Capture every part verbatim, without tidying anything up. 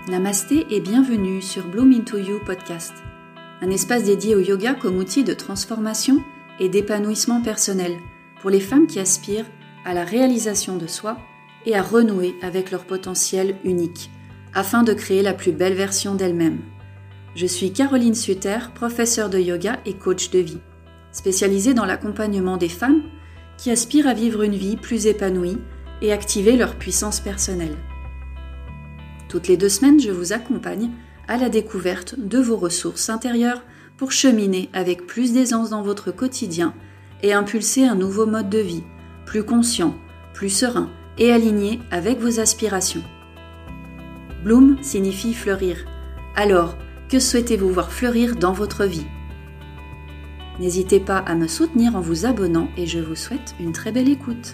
Namasté et bienvenue sur Bloom Into You podcast, un espace dédié au yoga comme outil de transformation et d'épanouissement personnel pour les femmes qui aspirent à la réalisation de soi et à renouer avec leur potentiel unique, afin de créer la plus belle version d'elles-mêmes. Je suis Caroline Sutter, professeure de yoga et coach de vie, spécialisée dans l'accompagnement des femmes qui aspirent à vivre une vie plus épanouie et activer leur puissance personnelle. Toutes les deux semaines, je vous accompagne à la découverte de vos ressources intérieures pour cheminer avec plus d'aisance dans votre quotidien et impulser un nouveau mode de vie, plus conscient, plus serein et aligné avec vos aspirations. Bloom signifie fleurir. Alors, que souhaitez-vous voir fleurir dans votre vie ? N'hésitez pas à me soutenir en vous abonnant et je vous souhaite une très belle écoute.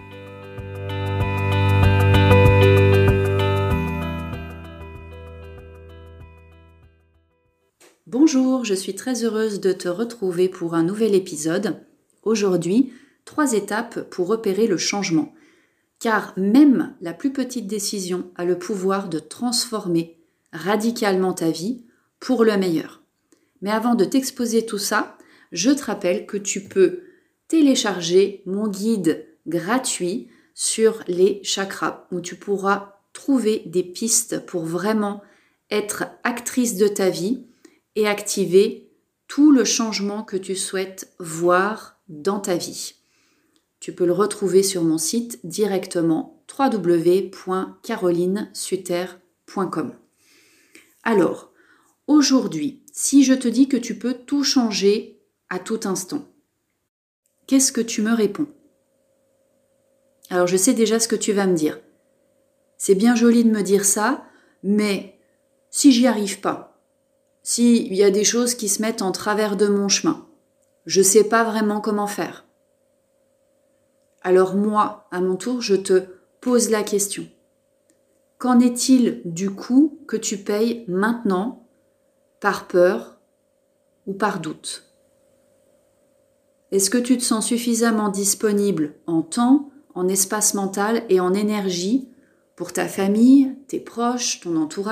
Bonjour, je suis très heureuse de te retrouver pour un nouvel épisode. Aujourd'hui, trois étapes pour repérer le changement. Car même la plus petite décision a le pouvoir de transformer radicalement ta vie pour le meilleur. Mais avant de t'exposer tout ça, je te rappelle que tu peux télécharger mon guide gratuit sur les chakras, où tu pourras trouver des pistes pour vraiment être actrice de ta vie et activer tout le changement que tu souhaites voir dans ta vie. Tu peux le retrouver sur mon site directement w w w point caroline sutter point com. Alors, aujourd'hui, si je te dis que tu peux tout changer à tout instant, qu'est-ce que tu me réponds ? Alors, je sais déjà ce que tu vas me dire. C'est bien joli de me dire ça, mais si j'y arrive pas, s'il y a des choses qui se mettent en travers de mon chemin, je ne sais pas vraiment comment faire. Alors moi, à mon tour, je te pose la question. Qu'en est-il du coût que tu payes maintenant par peur ou par doute ? Est-ce que tu te sens suffisamment disponible en temps, en espace mental et en énergie pour ta famille, tes proches, ton entourage ?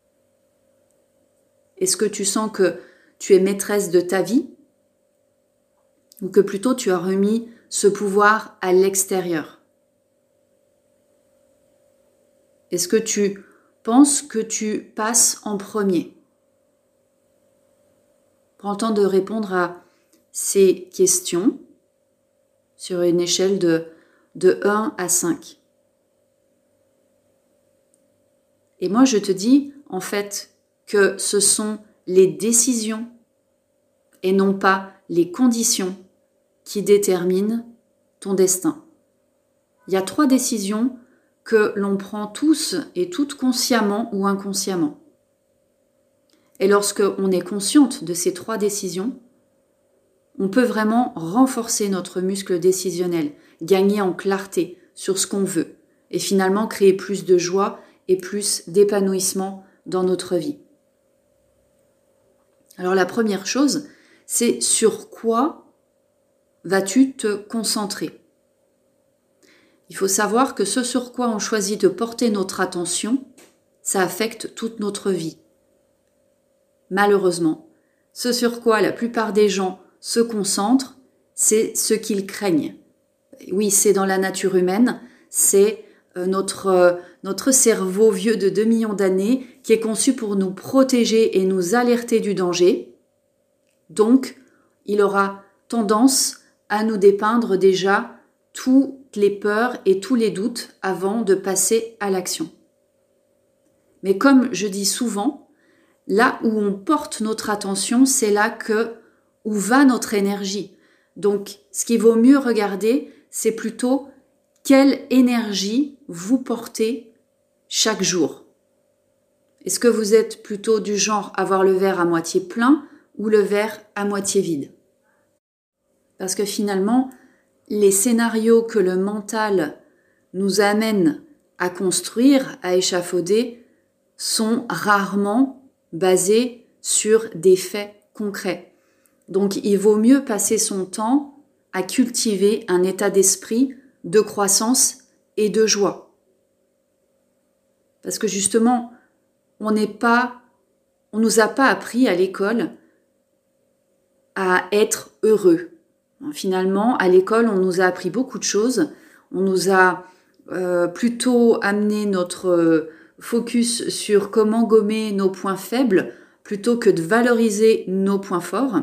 Est-ce que tu sens que tu es maîtresse de ta vie ou que plutôt tu as remis ce pouvoir à l'extérieur ? Est-ce que tu penses que tu passes en premier ? Prends le temps de répondre à ces questions sur une échelle de, de un à cinq. Et moi, je te dis, en fait, que ce sont les décisions et non pas les conditions qui déterminent ton destin. Il y a trois décisions que l'on prend tous et toutes consciemment ou inconsciemment. Et lorsque on est consciente de ces trois décisions, on peut vraiment renforcer notre muscle décisionnel, gagner en clarté sur ce qu'on veut et finalement créer plus de joie et plus d'épanouissement dans notre vie. Alors la première chose, c'est sur quoi vas-tu te concentrer ? Il faut savoir que ce sur quoi on choisit de porter notre attention, ça affecte toute notre vie. Malheureusement, ce sur quoi la plupart des gens se concentrent, c'est ce qu'ils craignent. Oui, c'est dans la nature humaine, c'est notre, notre cerveau vieux de deux millions d'années qui est conçu pour nous protéger et nous alerter du danger. Donc, il aura tendance à nous dépeindre déjà toutes les peurs et tous les doutes avant de passer à l'action. Mais comme je dis souvent, là où on porte notre attention, c'est là que, où va notre énergie. Donc, ce qu'il vaut mieux regarder, c'est plutôt quelle énergie vous portez chaque jour. Est-ce que vous êtes plutôt du genre à voir le verre à moitié plein ou le verre à moitié vide ? Parce que finalement, les scénarios que le mental nous amène à construire, à échafauder, sont rarement basés sur des faits concrets. Donc, il vaut mieux passer son temps à cultiver un état d'esprit de croissance et de joie. Parce que justement, on n'est pas, on nous a pas appris à l'école à être heureux. Finalement, à l'école, on nous a appris beaucoup de choses. On nous a euh, plutôt amené notre euh, focus sur comment gommer nos points faibles plutôt que de valoriser nos points forts.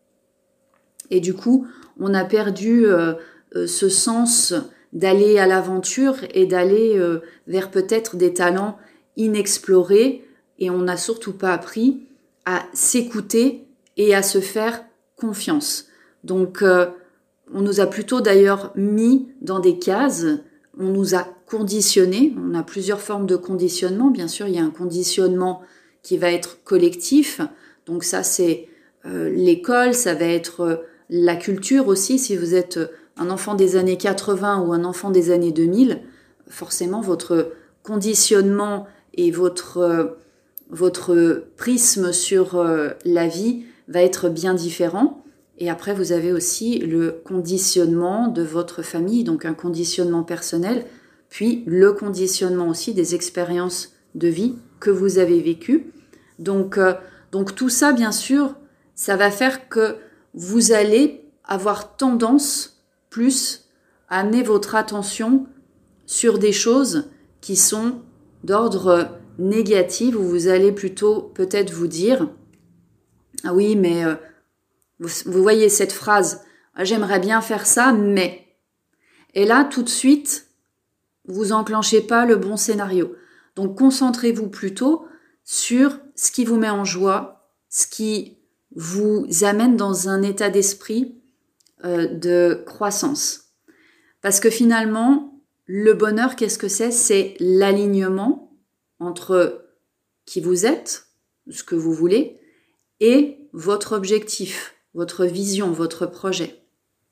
Et du coup, on a perdu euh, euh, ce sens d'aller à l'aventure et d'aller euh, vers peut-être des talents inexplorés. Et on n'a surtout pas appris à s'écouter et à se faire confiance. Donc, euh, on nous a plutôt d'ailleurs mis dans des cases, on nous a conditionnés, on a plusieurs formes de conditionnement. Bien sûr, il y a un conditionnement qui va être collectif, donc ça c'est euh, l'école, ça va être euh, la culture aussi. Si vous êtes un enfant des années quatre-vingts ou un enfant des années deux mille, forcément votre conditionnement et votre, euh, votre prisme sur euh, la vie va être bien différent. Et après, vous avez aussi le conditionnement de votre famille, donc un conditionnement personnel, puis le conditionnement aussi des expériences de vie que vous avez vécues. Donc, euh, donc tout ça, bien sûr, ça va faire que vous allez avoir tendance plus à amener votre attention sur des choses qui sont d'ordre négatif, où vous allez plutôt peut-être vous dire « Ah oui, mais... Euh, Vous voyez cette phrase, j'aimerais bien faire ça, mais... Et là, tout de suite, vous enclenchez pas le bon scénario. Donc, concentrez-vous plutôt sur ce qui vous met en joie, ce qui vous amène dans un état d'esprit euh, de croissance. Parce que finalement, le bonheur, qu'est-ce que c'est ? C'est l'alignement entre qui vous êtes, ce que vous voulez, et votre objectif, votre vision, votre projet.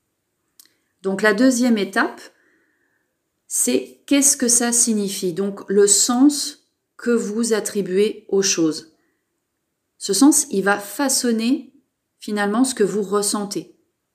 Donc la deuxième étape, c'est qu'est-ce que ça signifie ? Donc le sens que vous attribuez aux choses. Ce sens, il va façonner finalement ce que vous ressentez.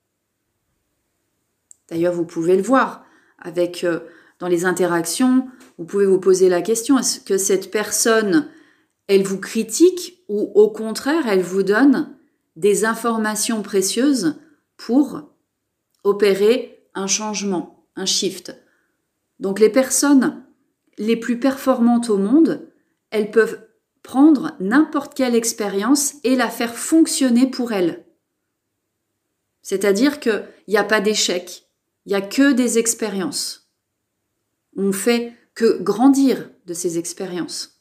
D'ailleurs, vous pouvez le voir avec euh, dans les interactions, vous pouvez vous poser la question, est-ce que cette personne, elle vous critique ou au contraire, elle vous donne des informations précieuses pour opérer un changement, un shift. Donc les personnes les plus performantes au monde, elles peuvent prendre n'importe quelle expérience et la faire fonctionner pour elles. C'est-à-dire qu'il n'y a pas d'échec, il n'y a que des expériences. On ne fait que grandir de ces expériences.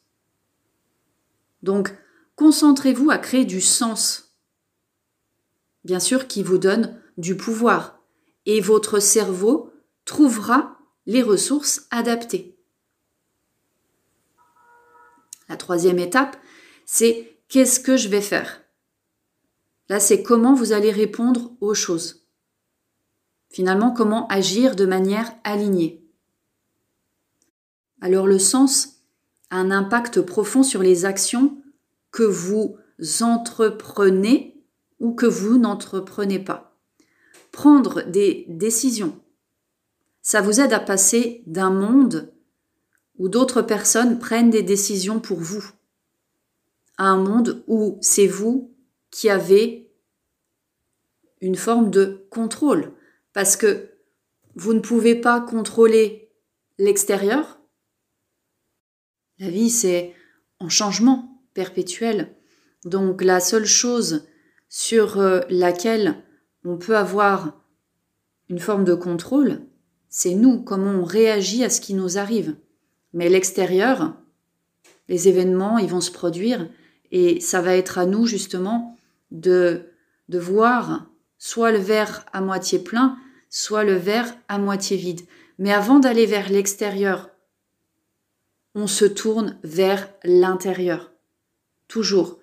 Donc, concentrez-vous à créer du sens, bien sûr, qui vous donne du pouvoir. Et votre cerveau trouvera les ressources adaptées. La troisième étape, c'est qu'est-ce que je vais faire ? Là, c'est comment vous allez répondre aux choses. Finalement, comment agir de manière alignée. Alors, le sens a un impact profond sur les actions que vous entreprenez ou que vous n'entreprenez pas. Prendre des décisions, ça vous aide à passer d'un monde où d'autres personnes prennent des décisions pour vous à un monde où c'est vous qui avez une forme de contrôle. Parce que vous ne pouvez pas contrôler l'extérieur. La vie, c'est en changement perpétuel. Donc la seule chose sur laquelle on peut avoir une forme de contrôle, c'est nous, comment on réagit à ce qui nous arrive. Mais l'extérieur, les événements, ils vont se produire et ça va être à nous justement de, de voir soit le verre à moitié plein, soit le verre à moitié vide. Mais avant d'aller vers l'extérieur, on se tourne vers l'intérieur. Toujours.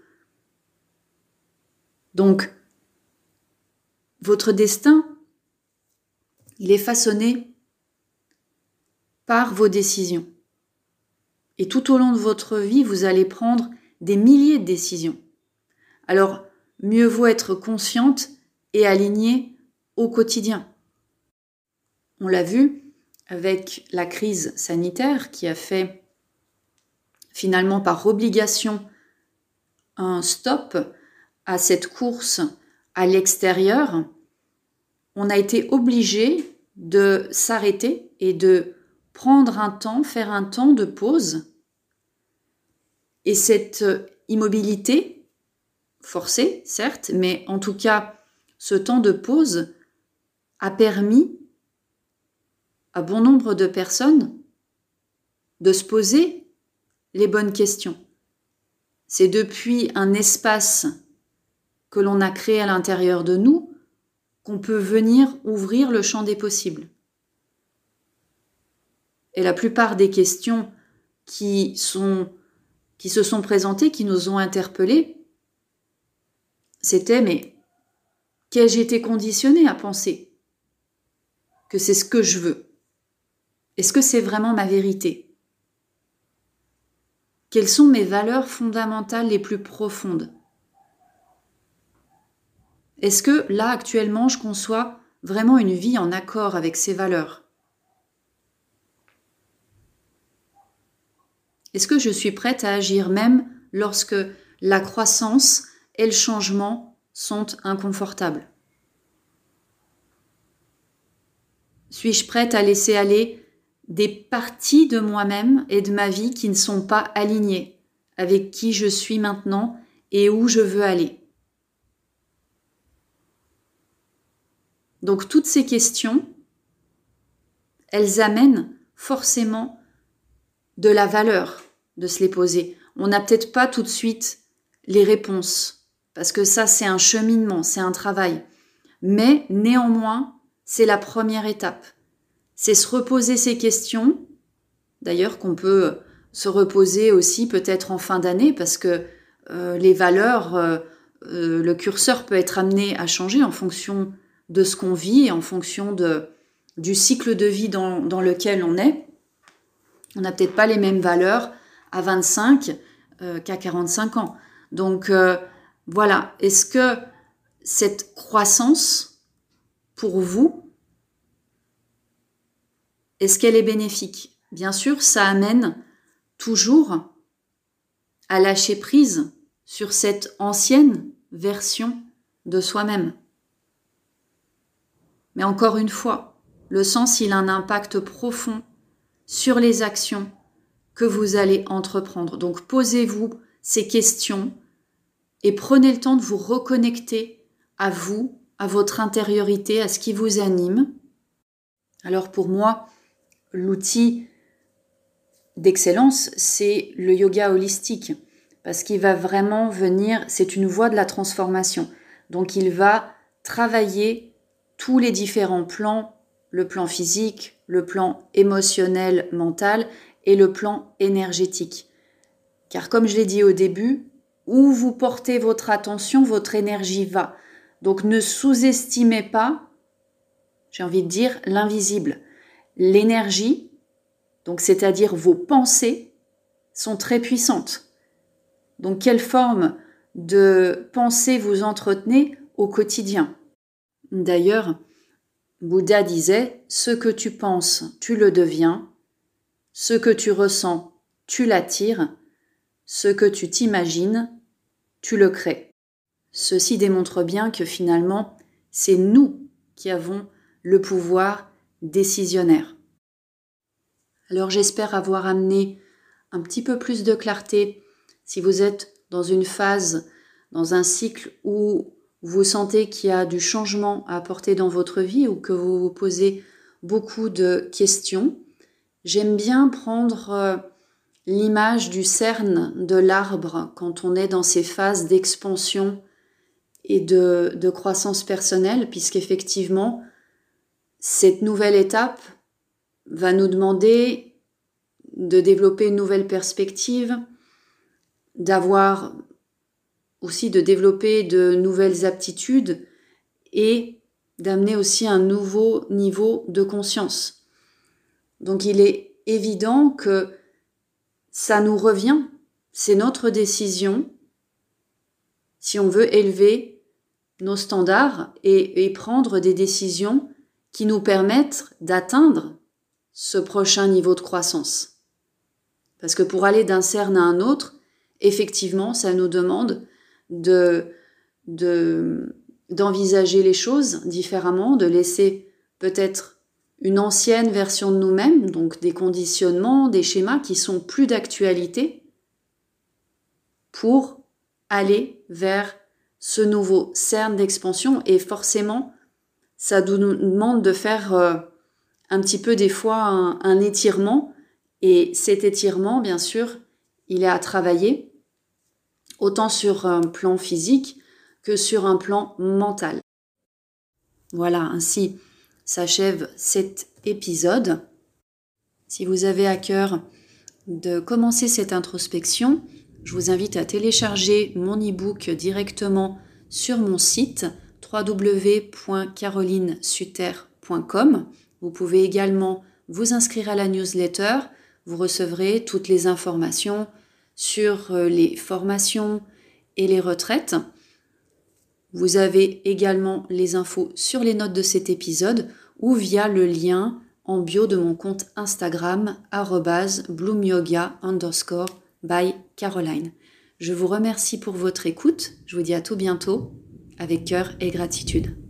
Donc, votre destin, il est façonné par vos décisions. Et tout au long de votre vie, vous allez prendre des milliers de décisions. Alors, mieux vaut être consciente et alignée au quotidien. On l'a vu avec la crise sanitaire qui a fait finalement par obligation un stop à cette course à l'extérieur, on a été obligé de s'arrêter et de prendre un temps, faire un temps de pause. Et cette immobilité, forcée, certes, mais en tout cas, ce temps de pause a permis à bon nombre de personnes de se poser les bonnes questions. C'est depuis un espace que l'on a créé à l'intérieur de nous qu'on peut venir ouvrir le champ des possibles. Et la plupart des questions qui sont, qui se sont présentées, qui nous ont interpellés, c'était mais qu'ai-je été conditionné à penser que c'est ce que je veux? Est-ce que c'est vraiment ma vérité? Quelles sont mes valeurs fondamentales les plus profondes? Est-ce que là, actuellement, je conçois vraiment une vie en accord avec ces valeurs? Est-ce que je suis prête à agir même lorsque la croissance et le changement sont inconfortables? Suis-je prête à laisser aller des parties de moi-même et de ma vie qui ne sont pas alignées avec qui je suis maintenant et où je veux aller? Donc toutes ces questions, elles amènent forcément de la valeur de se les poser. On n'a peut-être pas tout de suite les réponses, parce que ça c'est un cheminement, c'est un travail. Mais néanmoins, c'est la première étape. C'est se reposer ces questions, d'ailleurs qu'on peut se reposer aussi peut-être en fin d'année, parce que euh, les valeurs, euh, euh, le curseur peut être amené à changer en fonction de ce qu'on vit et en fonction de, du cycle de vie dans, dans lequel on est. On n'a peut-être pas les mêmes valeurs à vingt-cinq euh, qu'à quarante-cinq ans. Donc euh, voilà, est-ce que cette croissance, pour vous, est-ce qu'elle est bénéfique? Bien sûr, ça amène toujours à lâcher prise sur cette ancienne version de soi-même. Mais encore une fois, le sens, il a un impact profond sur les actions que vous allez entreprendre. Donc posez-vous ces questions et prenez le temps de vous reconnecter à vous, à votre intériorité, à ce qui vous anime. Alors pour moi, l'outil d'excellence, c'est le yoga holistique, parce qu'il va vraiment venir, c'est une voie de la transformation. Donc il va travailler tous les différents plans, le plan physique, le plan émotionnel, mental et le plan énergétique. Car comme je l'ai dit au début, où vous portez votre attention, votre énergie va. Donc ne sous-estimez pas, j'ai envie de dire, l'invisible. L'énergie, donc c'est-à-dire vos pensées, sont très puissantes. Donc quelle forme de pensée vous entretenez au quotidien? D'ailleurs, Bouddha disait « Ce que tu penses, tu le deviens. Ce que tu ressens, tu l'attires. Ce que tu t'imagines, tu le crées. » Ceci démontre bien que finalement, c'est nous qui avons le pouvoir décisionnaire. Alors j'espère avoir amené un petit peu plus de clarté si vous êtes dans une phase, dans un cycle où vous sentez qu'il y a du changement à apporter dans votre vie ou que vous vous posez beaucoup de questions. J'aime bien prendre l'image du cerne de l'arbre quand on est dans ces phases d'expansion et de, de croissance personnelle, puisqu'effectivement, cette nouvelle étape va nous demander de développer une nouvelle perspective, d'avoir aussi de développer de nouvelles aptitudes et d'amener aussi un nouveau niveau de conscience. Donc il est évident que ça nous revient, c'est notre décision si on veut élever nos standards et, et prendre des décisions qui nous permettent d'atteindre ce prochain niveau de croissance. Parce que pour aller d'un cerne à un autre, effectivement, ça nous demande de, de, d'envisager les choses différemment, de laisser peut-être une ancienne version de nous-mêmes, donc des conditionnements, des schémas qui sont plus d'actualité, pour aller vers ce nouveau cerne d'expansion. Et forcément, ça nous demande de faire euh, un petit peu des fois un, un étirement. Et cet étirement, bien sûr, il est à travailler, autant sur un plan physique que sur un plan mental. Voilà, ainsi s'achève cet épisode. Si vous avez à cœur de commencer cette introspection, je vous invite à télécharger mon e-book directement sur mon site w w w point caroline sutter point com. Vous pouvez également vous inscrire à la newsletter. Vous recevrez toutes les informations sur les formations et les retraites. Vous avez également les infos sur les notes de cet épisode ou via le lien en bio de mon compte Instagram arobase bloomyoga underscore by Caroline. Je vous remercie pour votre écoute. Je vous dis à tout bientôt avec cœur et gratitude.